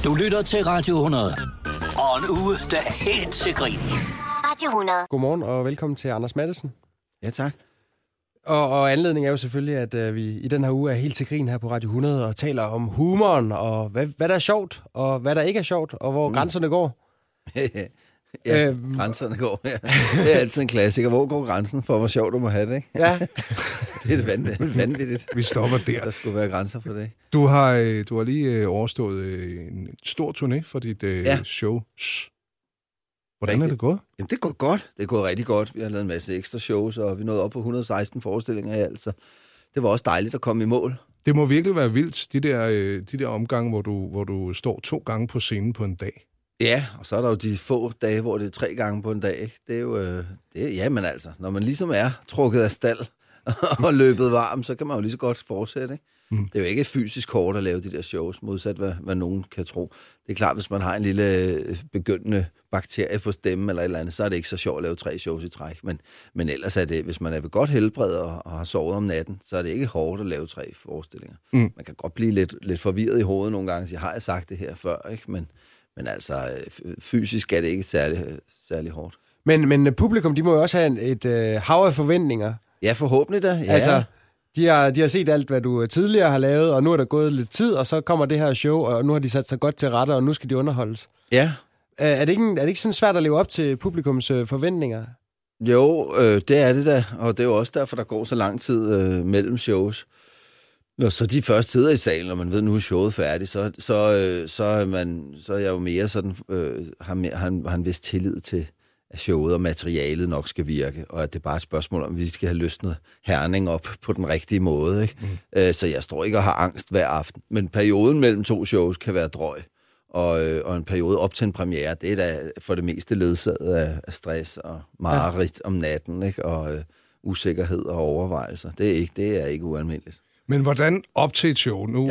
Du lytter til Radio 100. Og en uge, der er helt til grin. Radio 100. Godmorgen og velkommen til Anders Mattesen. Ja, tak. Og anledningen er jo selvfølgelig, at vi i den her uge er helt til grin her på Radio 100 og taler om humoren og hvad der er sjovt og hvad der ikke er sjovt og hvor grænserne går. Grænserne går, ja. Det er altid en klassiker. Hvor går grænsen for, hvor sjovt du må have det, ikke? Ja. Det er det vanvittigt. Vi stopper der. Der skulle være grænser for det. Du har lige overstået en stor turné for dit show. Hvordan er det gået? Jamen, det går godt. Det er gået rigtig godt. Vi har lavet en masse ekstra shows, og vi nåede op på 116 forestillinger i alt, så det var også dejligt at komme i mål. Det må virkelig være vildt, de der omgange, hvor du står 2 gange på scenen på en dag. Ja, og så er der jo de få dage, hvor det er 3 gange på en dag, ikke? Det er jo... jamen altså, når man ligesom er trukket af stald og løbet varm, så kan man jo lige så godt fortsætte, ikke? Det er jo ikke fysisk hårdt at lave de der shows, modsat hvad nogen kan tro. Det er klart, hvis man har en lille begyndende bakterie på stemmen eller et eller andet, så er det ikke så sjovt at lave 3 shows i træk. Men ellers er det, hvis man er ved godt helbred og har sovet om natten, så er det ikke hårdt at lave 3 forestillinger. Man kan godt blive lidt forvirret i hovedet nogle gange og sige, har jeg sagt det her før, ikke? Men altså, fysisk er det ikke særlig hårdt. Men publikum, de må jo også have et hav af forventninger. Ja, forhåbentlig da. Ja. Altså, de har set alt, hvad du tidligere har lavet, og nu er der gået lidt tid, og så kommer det her show, og nu har de sat sig godt til rette, og nu skal de underholdes. Ja. Er det ikke sådan svært at leve op til publikums forventninger? Jo, det er det da, og det er jo også derfor, der går så lang tid mellem shows. Når så de først sidder i salen, og man ved, nu er showet færdigt, så er jeg jo mere sådan, har en vis tillid til, at showet og materialet nok skal virke, og at det er bare et spørgsmål om, vi skal have løsnet Herning op på den rigtige måde, ikke? Så jeg står ikke og har angst hver aften. Men perioden mellem 2 shows kan være drøg, og en periode op til en premiere, det er da for det meste ledsaget af stress og mareridt om natten, ikke? Og usikkerhed og overvejelser. Det er ikke ualmindeligt. Men hvordan op til et show? Nu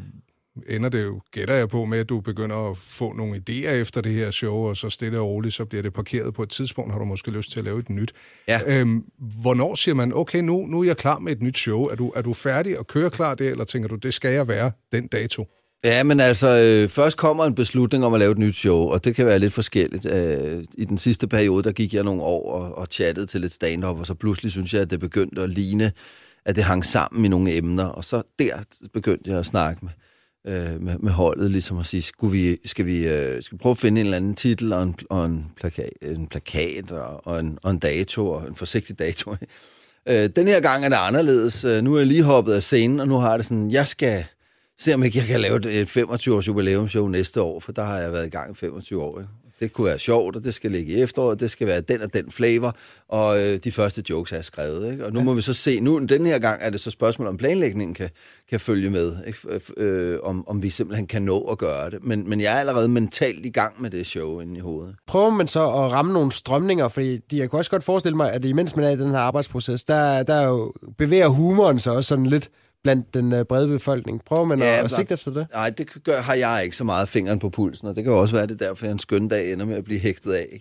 ender det jo, gætter jeg på, med at du begynder at få nogle idéer efter det her show, og så stille og roligt, så bliver det parkeret på et tidspunkt, har du måske lyst til at lave et nyt. Ja. Hvornår siger man, okay, nu er jeg klar med et nyt show? Er du færdig og kører klar det, eller tænker du, det skal jeg være den dato? Ja, men altså, først kommer en beslutning om at lave et nyt show, og det kan være lidt forskelligt. I den sidste periode, der gik jeg nogle år og chattede til lidt stand-up, og så pludselig synes jeg, at det begyndte at ligne, at det hang sammen i nogle emner, og så der begyndte jeg at snakke med holdet, ligesom at sige, skal vi prøve at finde en eller anden titel og en plakat og en dato, og en forsigtig dato. Den her gang er det anderledes. Nu er jeg lige hoppet af scenen, og nu har det sådan, jeg skal se, om ikke jeg kan lave et 25-års jubilæumsshow næste år, for der har jeg været i gang i 25 år, ikke? Det kunne være sjovt, og det skal ligge i efteråret, det skal være den og den flavor, og de første jokes er skrevet, ikke? Og nu må vi så se, den her gang er det så spørgsmål om planlægningen kan følge med, ikke? Om vi simpelthen kan nå at gøre det. Men jeg er allerede mentalt i gang med det show inde i hovedet. Prøver man så at ramme nogle strømninger, fordi jeg kan også godt forestille mig, at imens man er i den her arbejdsproces, der jo bevæger humoren sig også sådan lidt blandt den brede befolkning. Prøver man at sigte efter det? Nej, det har jeg ikke så meget fingeren på pulsen, og det kan jo også være det derfor, jeg en skøn dag ender med at blive hægtet af.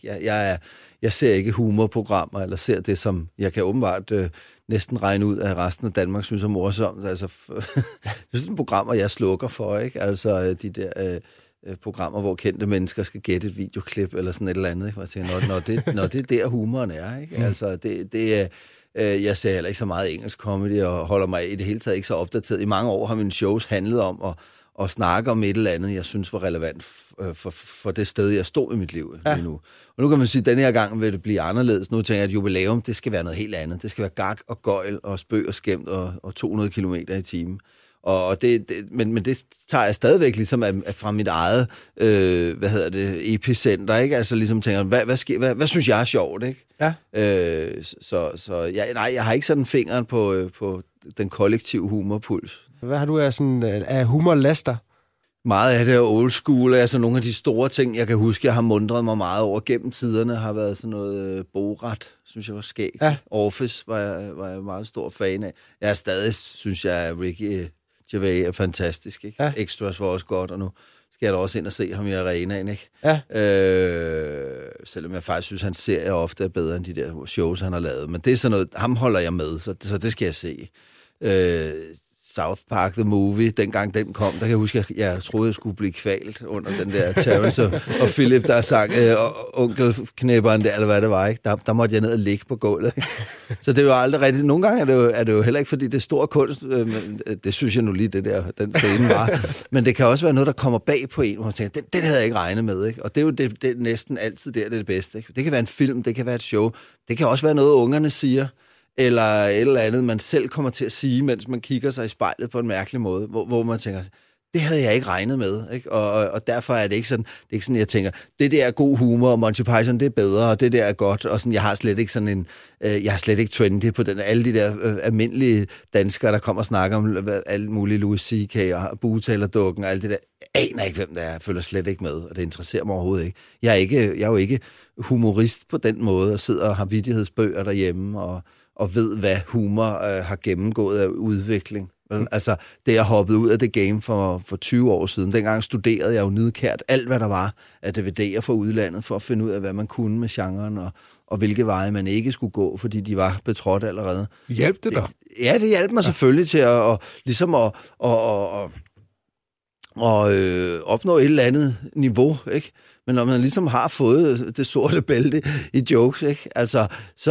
Jeg ser ikke humorprogrammer, eller ser det, som jeg kan åbenbart næsten regne ud, at resten af Danmark synes er morsomt. Altså, det er sådan programmer, jeg slukker for, ikke? Altså de der programmer, hvor kendte mennesker skal gætte et videoklip, eller sådan et eller andet, ikke? Jeg tænker, når det er der humoren er, ikke? Altså, det er... Jeg ser heller ikke så meget engelsk comedy, og holder mig i det hele taget ikke så opdateret. I mange år har mine shows handlet om at snakke om et eller andet, jeg synes var relevant for det sted, jeg stod i mit liv lige nu. Og nu kan man sige, at denne her gang vil det blive anderledes. Nu tænker jeg, at jubilæum, det skal være noget helt andet. Det skal være gak og gøjl og spøg og skæmt og 200 kilometer i timen. Men det tager jeg stadigvæk ligesom fra mit eget, epicenter, ikke? Altså ligesom tænker, hvad synes jeg er sjovt, ikke? Ja. Jeg har ikke sådan fingeren på den kollektive humorpuls. Hvad har du af humorlaster? Meget af det er old school, altså nogle af de store ting, jeg kan huske, jeg har mundret mig meget over gennem tiderne, har været sådan noget Borat, synes jeg var skægt. Ja. Office var jeg meget stor fan af. Jeg er stadig, synes jeg, at Ricky Gervais er fantastisk, ikke? Ja. Extras var også godt, og nu skal jeg da også ind og se ham i arenaen, ikke? Ja. Selvom jeg faktisk synes, hans serie ofte er bedre end de der shows, han har lavet. Men det er sådan noget, ham holder jeg med, så det skal jeg se. South Park The Movie, dengang den kom, der kan jeg huske, at jeg troede, jeg skulle blive kvalt under den der Terrence og Philip, der sang onkelknæpperen der, eller hvad det var, ikke? Der måtte jeg ned og ligge på gulvet. Ikke? Så det er jo aldrig rigtigt. Nogle gange er det jo heller ikke, fordi det er stor kunst, men det synes jeg nu lige, den scene var. Men det kan også være noget, der kommer bag på en, hvor man tænker, den havde jeg ikke regnet med. Ikke? Og det er jo det næsten altid det er det bedste. Ikke? Det kan være en film, det kan være et show, det kan også være noget, ungerne siger, eller et eller andet, man selv kommer til at sige, mens man kigger sig i spejlet på en mærkelig måde, hvor man tænker, det havde jeg ikke regnet med, ikke? Og derfor er det ikke sådan, jeg tænker, det der er god humor, og Monty Python, det er bedre, og det der er godt, og sådan, jeg har slet ikke sådan en, jeg har slet ikke trendy på den, alle de der almindelige danskere, der kommer og snakker om alt muligt, Louis C.K. og Bugtalerdukken og alt det der, jeg aner ikke, hvem der er, jeg følger slet ikke med, og det interesserer mig overhovedet ikke. Jeg er jo ikke humorist på den måde, og sidder og har vittighedsbøger derhjemme, og ved, hvad humor har gennemgået af udvikling. Altså, det jeg hoppede ud af det game for 20 år siden. Dengang studerede jeg jo nidkært alt, hvad der var af DVD'er fra udlandet, for at finde ud af, hvad man kunne med genren, og hvilke veje man ikke skulle gå, fordi de var betrådt allerede. Hjalp det dig? Ja, det hjalp mig selvfølgelig til at opnå et eller andet niveau, ikke? Men når man ligesom har fået det sorte bælte i jokes, ikke? Altså, så,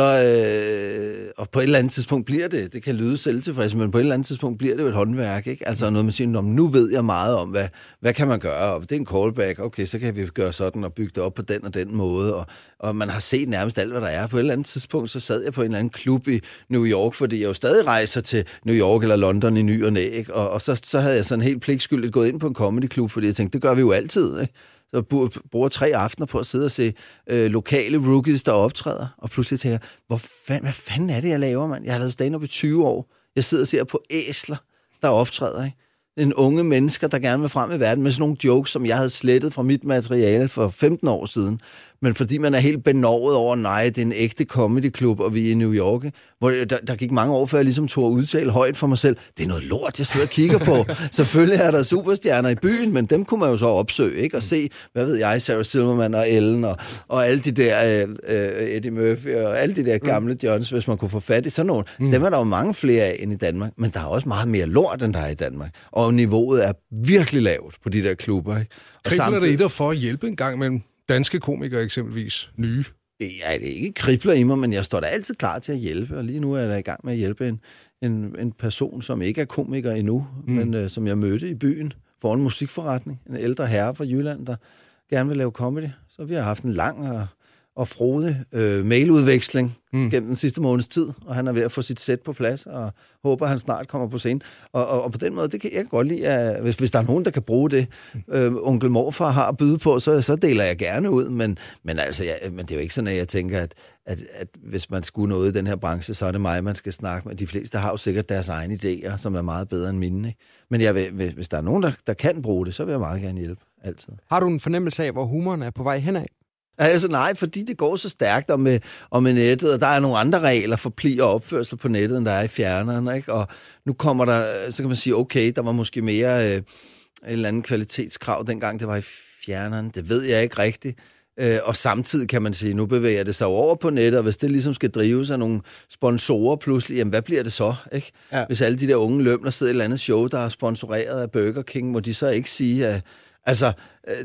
og på et eller andet tidspunkt bliver det kan lyde selvtilfreds, men på et eller andet tidspunkt bliver det jo et håndværk, ikke? Altså noget, man siger, nu ved jeg meget om, hvad kan man gøre, og det er en callback, okay, så kan vi gøre sådan og bygge det op på den og den måde, og man har set nærmest alt, hvad der er. På et eller andet tidspunkt, så sad jeg på en eller anden klub i New York, fordi jeg jo stadig rejser til New York eller London i ny og næ, ikke? Og så havde jeg sådan helt pligtskyldigt gået ind på en comedyklub, fordi jeg tænkte, det gør vi jo altid, ikke? Så bruger 3 aftener på at sidde og se lokale rookies, der optræder, og pludselig tænker jeg, hvad fanden er det, jeg laver, mand? Jeg har lavet stand-up i 20 år. Jeg sidder og ser på æsler, der optræder, ikke? En unge mennesker, der gerne vil frem i verden med sådan nogle jokes, som jeg havde slettet fra mit materiale for 15 år siden. Men fordi man er helt benovet over, nej, det er en ægte comedyklub, og vi er i New York, hvor der gik mange år, før jeg ligesom tog at udtale højt for mig selv. Det er noget lort, jeg sidder og kigger på. Selvfølgelig er der superstjerner i byen, men dem kunne man jo så opsøge, ikke? Og se, hvad ved jeg, Sarah Silverman og Ellen, og alle de der Eddie Murphy, og alle de der gamle Johns, hvis man kunne få fat i sådan nogle. Dem er der jo mange flere af end i Danmark, men der er også meget mere lort, end der er i Danmark. Og niveauet er virkelig lavt på de der klubber, ikke? Kribler det i dig for at hjælpe en gang mellem danske komikere eksempelvis, nye? Ja, det er ikke kribler i mig, men jeg står da altid klar til at hjælpe, og lige nu er jeg da i gang med at hjælpe en person, som ikke er komiker endnu, men som jeg mødte i byen for en musikforretning. En ældre herre fra Jylland, der gerne vil lave comedy. Så vi har haft en lang og frodig mailudveksling gennem den sidste måneds tid, og han er ved at få sit sæt på plads, og håber, at han snart kommer på scenen. Og på den måde, det kan jeg godt lide, at hvis der er nogen, der kan bruge det, onkel morfar har at byde på, så deler jeg gerne ud, men altså, men det er jo ikke sådan, at jeg tænker, at hvis man skulle noget i den her branche, så er det mig, man skal snakke med. De fleste har jo sikkert deres egne idéer, som er meget bedre end mine, ikke? Men hvis der er nogen, der kan bruge det, så vil jeg meget gerne hjælpe, altid. Har du en fornemmelse af, hvor humoren er på vej henad? Altså nej, fordi det går så stærkt og med nettet, og der er nogle andre regler for pli og opførsel på nettet, end der er i fjerneren, ikke? Og nu kommer der, så kan man sige, okay, der var måske mere et eller andet kvalitetskrav, dengang det var i fjerneren. Det ved jeg ikke rigtigt. Og samtidig kan man sige, nu bevæger det sig over på nettet, og hvis det ligesom skal drives af nogle sponsorer pludselig, jamen hvad bliver det så, ikke? Ja. Hvis alle de der unge lømler sidder i et eller andet show, der er sponsoreret af Burger King, må de så ikke sige, at altså,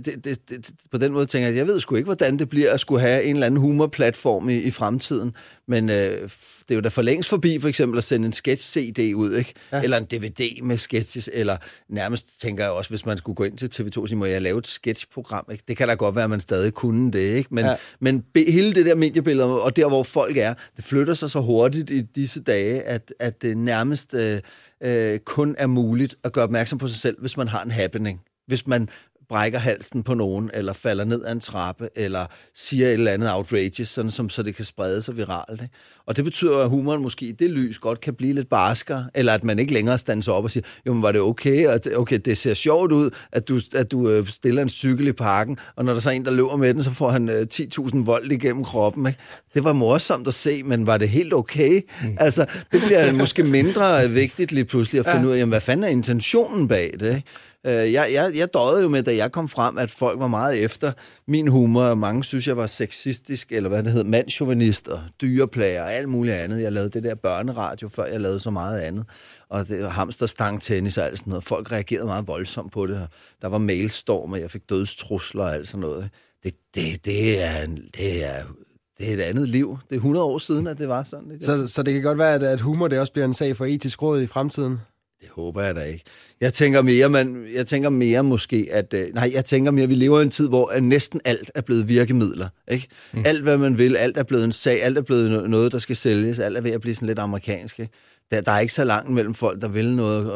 på den måde tænker jeg ved sgu ikke, hvordan det bliver at skulle have en eller anden humorplatform i fremtiden, men det er jo da for længst forbi for eksempel at sende en sketch-CD ud, ikke? Ja. Eller en DVD med sketches, eller nærmest tænker jeg også, hvis man skulle gå ind til TV2 og sige, må jeg lave et sketchprogram, ikke? Det kan da godt være, at man stadig kunne det, ikke? Men hele det der mediebillede, og der hvor folk er, det flytter sig så hurtigt i disse dage, at det nærmest kun er muligt at gøre opmærksom på sig selv, hvis man har en happening. Hvis man brækker halsen på nogen, eller falder ned ad en trappe, eller siger et eller andet outrageous, sådan som så det kan sprede sig viralt. Ikke? Og det betyder, at humoren måske i det lys godt kan blive lidt barskere, eller at man ikke længere standser op og siger, jo, men var det okay, og okay, det ser sjovt ud, at du stiller en cykel i parken, og når der så er en, der løber med den, så får han 10.000 volt igennem kroppen. Ikke? Det var morsomt at se, men var det helt okay? Altså, det bliver måske mindre vigtigt lige pludselig at finde ud af, jamen, hvad fanden er intentionen bag det, ikke? Jeg døjede jo med, da jeg kom frem, at folk var meget efter min humor, og mange synes, jeg var sexistisk, eller hvad det hed, mandschauvinist og dyreplager og alt muligt andet. Jeg lavede det der børneradio, før jeg lavede så meget andet. Og det var hamsterstangtennis og alt sådan noget. Folk reagerede meget voldsomt på det. Der var mailstorm, og jeg fik dødstrusler og alt sådan noget. Det er et andet liv. Det er 100 år siden, at det var sådan. Så det kan godt være, at humor det også bliver en sag for etisk råd i fremtiden? Det håber jeg da ikke. Jeg tænker mere måske, at vi lever i en tid, hvor næsten alt er blevet virkemidler. Ikke? Alt, hvad man vil, alt er blevet en sag, alt er blevet noget, der skal sælges, alt er ved at blive sådan lidt amerikansk. Ikke? Der er ikke så langt mellem folk, der vil noget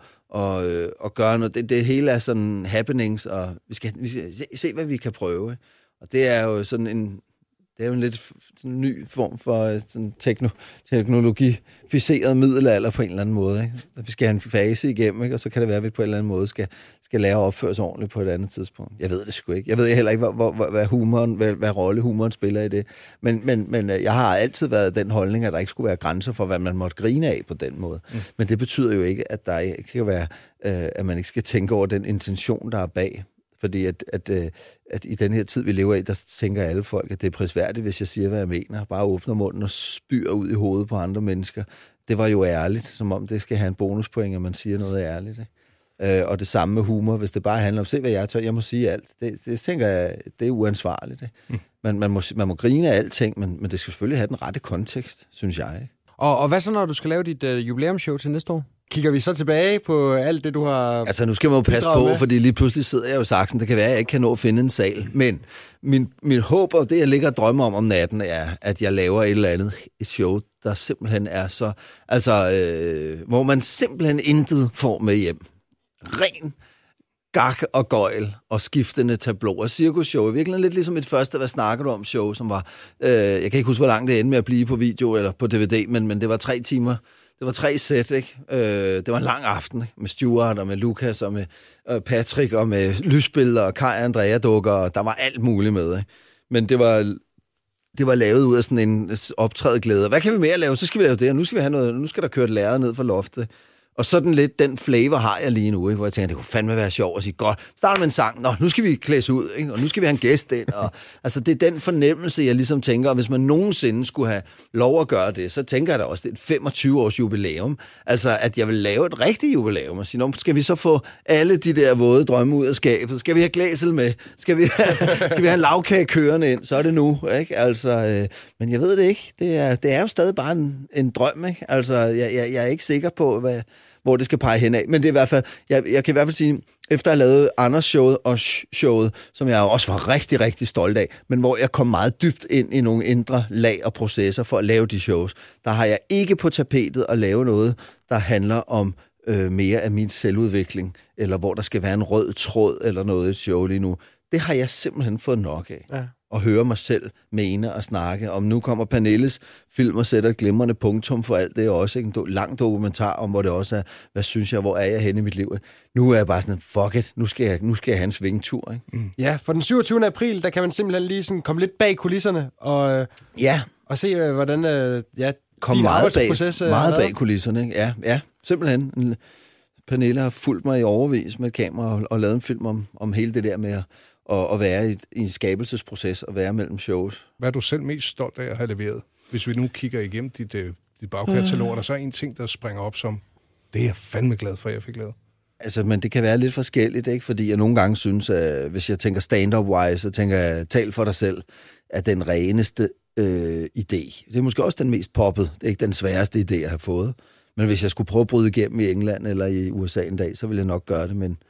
og gøre noget. Det hele er sådan happenings, og vi skal se, hvad vi kan prøve. Ikke? Og det er jo sådan en... Det er jo en lidt sådan ny form for sådan teknologificeret middelalder på en eller anden måde. Ikke? Så vi skal have en fase igennem, ikke? Og så kan det være, at vi på en eller anden måde skal lære at opføre os ordentligt på et andet tidspunkt. Jeg ved det sgu ikke. Jeg ved heller ikke, hvad rolle humoren spiller i det. Men jeg har altid været den holdning, at der ikke skulle være grænser for, hvad man måtte grine af på den måde. Men det betyder jo ikke, at der ikke kan være, at man ikke skal tænke over den intention, der er bag. Fordi at i den her tid, vi lever i, der tænker alle folk, at det er prisværdigt, hvis jeg siger, hvad jeg mener. Bare åbner munden og spyr ud i hovedet på andre mennesker. Det var jo ærligt, som om det skal have en bonuspoint, at man siger noget ærligt. Ikke? Og det samme med humor, hvis det bare handler om, se hvad jeg tør, jeg må sige alt. Det tænker jeg, det er uansvarligt. Ikke? Man må grine af alting, men det skal selvfølgelig have den rette kontekst, synes jeg. Ikke? Og hvad så, når du skal lave dit jubilæumsshow til næste år? Kigger vi så tilbage på alt det, du har... Altså, nu skal man jo passe på, fordi lige pludselig sidder jeg jo i saksen. Det kan være, at jeg ikke kan nå at finde en sal. Men min håb, og det, jeg ligger og drømmer om natten, er, at jeg laver et eller andet show, der simpelthen er så... hvor man simpelthen intet får med hjem. Ren gak og gøjl og skiftende tableauer. Cirkusshow. Virkelig lidt ligesom et første, hvad snakker du om show, som var... jeg kan ikke huske, hvor langt det endte med at blive på video eller på DVD, men det var 3 timer... Det var 3 sæt, ikke? Det var en lang aften, ikke? Med Stuart og med Lukas og med Patrick og med lysbilleder og Kai og Andrea-dukker, og der var alt muligt med, ikke? Men det var lavet ud af sådan en optrædet glæde. Hvad kan vi mere lave? Så skal vi lave det, og nu skal vi have noget, nu skal der køre et lærred ned fra loftet. Og sådan lidt den flavor har jeg lige nu, ikke? Hvor jeg tænker, det kunne fandme være sjovt at sige, godt, start med en sang, nå, nu skal vi klædes ud, ikke? Og nu skal vi have en gæst ind. Og, altså, det er den fornemmelse, jeg ligesom tænker, og hvis man nogensinde skulle have lov at gøre det, så tænker jeg da også, det er et 25-års jubilæum. Altså, at jeg vil lave et rigtigt jubilæum, og sige, nå, skal vi så få alle de der våde drømme ud af skabet? Skal vi have glæsel med? Skal vi have en lavkage kørende ind? Så er det nu, ikke? Altså, men jeg ved det ikke. Det er jo stadig bare en drøm, ikke? Altså, jeg er ikke sikker på, hvor det skal pege hen af. Men det er i hvert fald, jeg kan i hvert fald sige, efter at have lavet Anders showet og showet, som jeg også var rigtig, rigtig stolt af, men hvor jeg kom meget dybt ind i nogle indre lag og processer for at lave de shows, der har jeg ikke på tapetet at lave noget, der handler om mere af min selvudvikling, eller hvor der skal være en rød tråd eller noget i et show lige nu. Det har jeg simpelthen fået nok af. Ja. Og høre mig selv mene og snakke om. Nu kommer Pernilles film og sætter et glimrende punktum for alt det også. Ikke? En lang dokumentar om, hvor det også er, hvad synes jeg, hvor er jeg henne i mit liv? Nu er jeg bare sådan, fuck it, nu skal jeg have en svingtur. Ikke? Ja, for den 27. april, der kan man simpelthen lige sådan komme lidt bag kulisserne og se, hvordan kom din arbejdsproces meget bag kulisserne. Ikke? Ja, simpelthen. Pernille har fulgt mig i overvis med et kamera og lavet en film om hele det der med at være i en skabelsesproces og være mellem shows. Hvad er du selv mest stolt af at have leveret? Hvis vi nu kigger igennem dit bagkatalog, der så er en ting, der springer op som, det er jeg fandme glad for, at jeg fik lavet. Altså, men det kan være lidt forskelligt, ikke? Fordi jeg nogle gange synes, at hvis jeg tænker stand-up-wise, så tænker jeg, tal for dig selv, er den reneste idé. Det er måske også den mest poppet. Det er ikke den sværeste idé, jeg har fået. Men hvis jeg skulle prøve at bryde igennem i England eller i USA en dag, så ville jeg nok gøre det med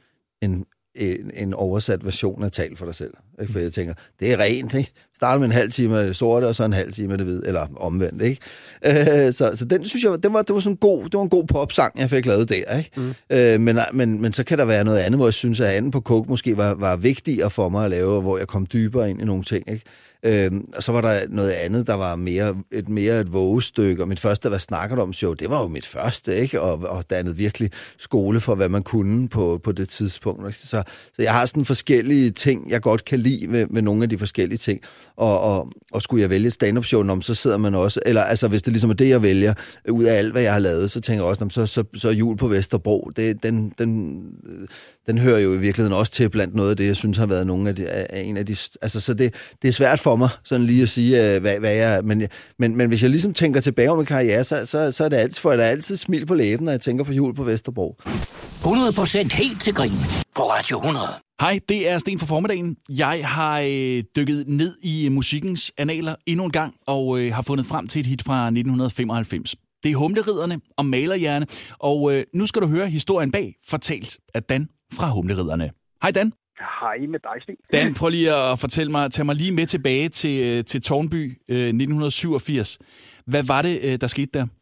en oversat version af tal for dig selv. Ikke? For jeg tænker, det er rent, ikke? Starter med en halv time af det sorte, og så en halv time af det hvide, eller omvendt, ikke? Så den synes jeg, det var en god popsang, jeg fik lavet der, ikke? Men så kan der være noget andet, hvor jeg synes, at anden på coke måske var vigtigere for mig at lave, hvor jeg kom dybere ind i nogle ting, ikke? Og så var der noget andet, der var mere et vågestykke, og mit første Hvad snakker du om show, det var jo mit første, ikke? Og dannede virkelig skole for, hvad man kunne på det tidspunkt. Ikke? Så jeg har sådan forskellige ting, jeg godt kan lide med nogle af de forskellige ting. Og skulle jeg vælge et stand-up show, så sidder man også, eller altså hvis det ligesom er det, jeg vælger, ud af alt, hvad jeg har lavet, så tænker jeg også, så Jul på Vesterbro, den hører jo i virkeligheden også til blandt noget af det, jeg synes har været en af de altså så det er svært for mig sådan lige at sige hvad jeg men hvis jeg ligesom tænker tilbage om min karriere, så er det altid for, at der er altid smil på læben, når jeg tænker på Jul på Vesterbro. 100% helt til grin på Radio 100. Hej, det er Sten for formiddagen. Jeg har dykket ned i musikkens analer endnu en gang og har fundet frem til et hit fra 1995. Det er Humleridderne og Malerhjerne, og nu skal du høre historien bag, fortalt af Dan fra Humleridderne. Hej Dan. Hej med dig, Sten. Dan, prøv lige at tage mig lige med tilbage til Tårnby 1987. Hvad var det, der skete der?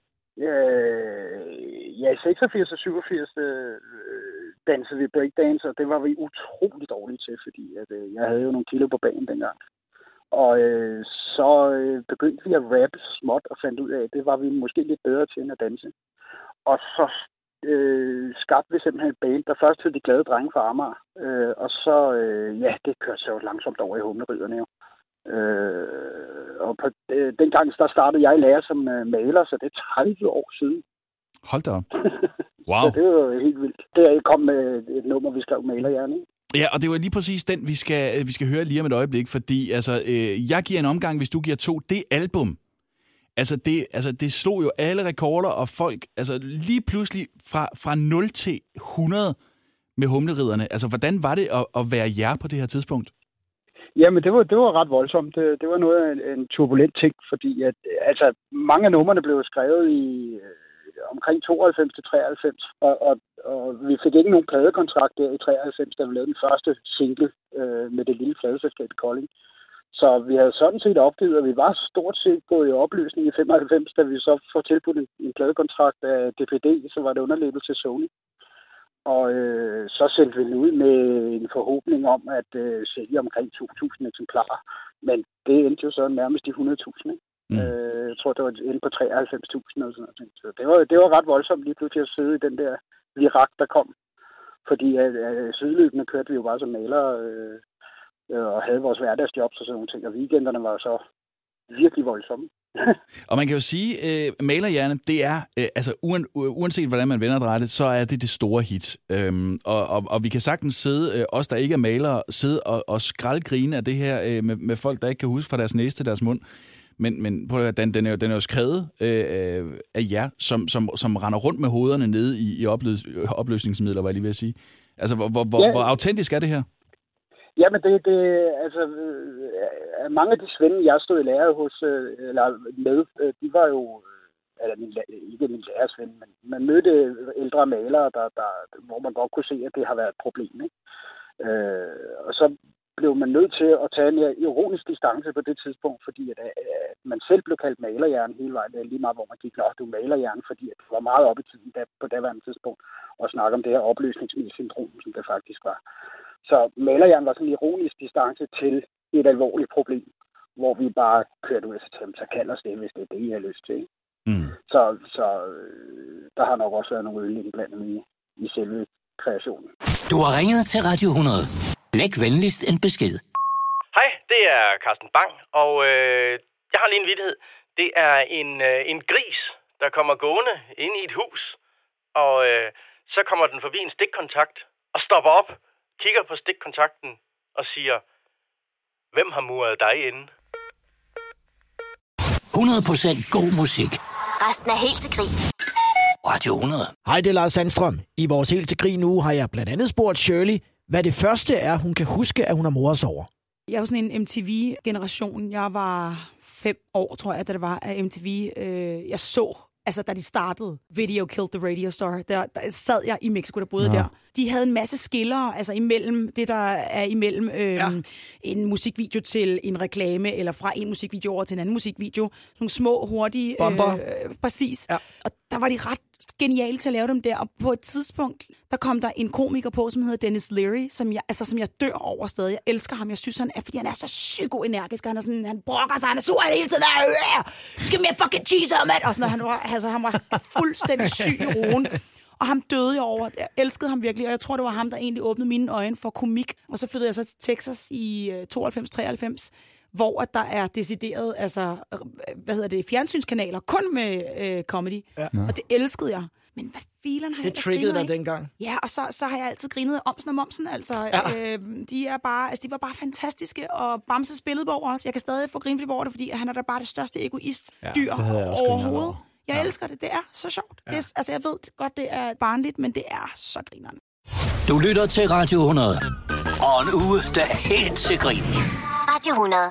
Ja, 86 og 87 dansede vi breakdance, og det var vi utrolig dårlige til, fordi at, jeg havde jo nogle kilo på banen dengang. Og så begyndte vi at rappe småt og fandt ud af, at det var vi måske lidt bedre til end at danse. Og så skabte vi simpelthen et band, der først hed De Glade Drenge fra Amager. Og så, det kørte så langsomt over i Humleridderne jo. Og på dengang der startede jeg i lære som maler, så det er 30 år siden. Hold da op. Wow. Så det er jo helt vildt. Der kom med et nummer, vi skrev Malerhjerne. Ja, og det var lige præcis den, vi skal høre lige om et øjeblik, fordi altså, jeg giver en omgang, hvis du giver 2. Det album, det slog jo alle rekorder, og folk, altså lige pludselig fra 0 til 100 med Humleridderne. Altså, hvordan var det at være jer på det her tidspunkt? Jamen, det var ret voldsomt. Det var noget af en turbulent ting, fordi at, altså, mange af numrene blev skrevet i omkring 92 til 93, og vi fik ikke nogen pladekontrakt der i 93, da vi lavede den første single med det lille pladeselskab i Kolding. Så vi havde sådan set opgivet, og vi var stort set gået i opløsning i 95, da vi så får tilbudt en pladekontrakt af DPD, så var det underlabel til Sony. Og så sendte vi den ud med en forhåbning om at sælge omkring 2.000 eksemplarer. Men det endte jo så nærmest i 100.000, ikke? Jeg tror, det var inde på 93.000 eller sådan noget. Så det var ret voldsomt lige pludselig at sidde i den der virak, der kom. Fordi sideløbende kørte vi jo bare som malere og havde vores hverdagsjobs og sådan nogle ting. Og weekenderne var så virkelig voldsomme. Og man kan jo sige, Malerhjerne, det er, altså uanset hvordan man vender og drejer det, så er det store hit. Og vi kan sagtens sidde, os der ikke er malere, sidde og skraldgrine af det her med folk, der ikke kan huske fra deres næse til deres mund. Men prøv at høre, den er jo skrevet af jer, som render rundt med hovederne nede i opløsningsmidler, var jeg lige ved at sige. Altså, hvor autentisk er det her? Jamen, altså, mange af de svende, jeg stod i lære hos, eller med, de var jo, eller ikke min lærersvende, men man mødte ældre malere, hvor man godt kunne se, at det har været et problem, ikke? Og så blev man nødt til at tage en ironisk distance på det tidspunkt, fordi at man selv blev kaldt malerhjerne hele vejen, lige meget hvor man gik, du malerhjerne, fordi at det var meget op i tiden på daværende tidspunkt at snakke om det her opløsningsmiddelsyndrom, som det faktisk var. Så malerhjerne var sådan en ironisk distance til et alvorligt problem, hvor vi bare kørte ud og sagde, så kald os det, hvis det er det, I har lyst til. Mm. Så der har nok også været nogle øl indblandet i selve kreationen. Du har ringet til Radio 100. Læg venligst en besked. Hej, det er Carsten Bang, og jeg har lige en vittighed. Det er en gris, der kommer gående ind i et hus, og så kommer den forbi en stikkontakt og stopper op, kigger på stikkontakten og siger, hvem har muret dig inde? 100% god musik. Resten er helt til grin. Radio 100. Hej, det er Lars Sandstrøm. I vores helt til grin uge har jeg blandt andet spurgt Shirley, hvad det første er, hun kan huske, at hun har moret sig over. Jeg er jo sådan en MTV-generation. Jeg var 5 år, tror jeg, da det var af MTV. Jeg så, altså da de startede Video Killed the Radio Star, der sad jeg i Mexico, der boede der. De havde en masse skillere, altså imellem det, der er imellem en musikvideo til en reklame, eller fra en musikvideo over til en anden musikvideo. Nogle små, hurtige... Bomber. Præcis. Ja. Og der var de ret geniale til at lave dem der. Og på et tidspunkt, der kom der en komiker på, som hedder Dennis Leary, som jeg dør over stadig. Jeg elsker ham. Jeg synes, fordi han er så psykoenergisk. Han brokker sig, han er sur hele tiden. Give me a fucking cheese, mand! Og sådan noget. Han var fuldstændig syg i roen. Og ham døde jeg over. Jeg elskede ham virkelig, og jeg tror, det var ham, der egentlig åbnede mine øjne for komik. Og så flyttede jeg så til Texas i 92-93, hvor der er decideret, fjernsynskanaler, kun med comedy. Ja. Og det elskede jeg. Men hvad filen har jeg det triggede dig dengang. Ja, og så har jeg altid grinet Omsen og Momsen. Altså, ja. De var bare fantastiske, og Bamse Billedbog også. Jeg kan stadig få grinflip over det, fordi han er da bare det største egoist-dyr overhovedet. Jeg elsker det. Det er så sjovt. Ja. Jeg ved godt, det er barnligt, men det er så grineren. Du lytter til Radio 100. Og en uge, der er helt til grin. Radio 100.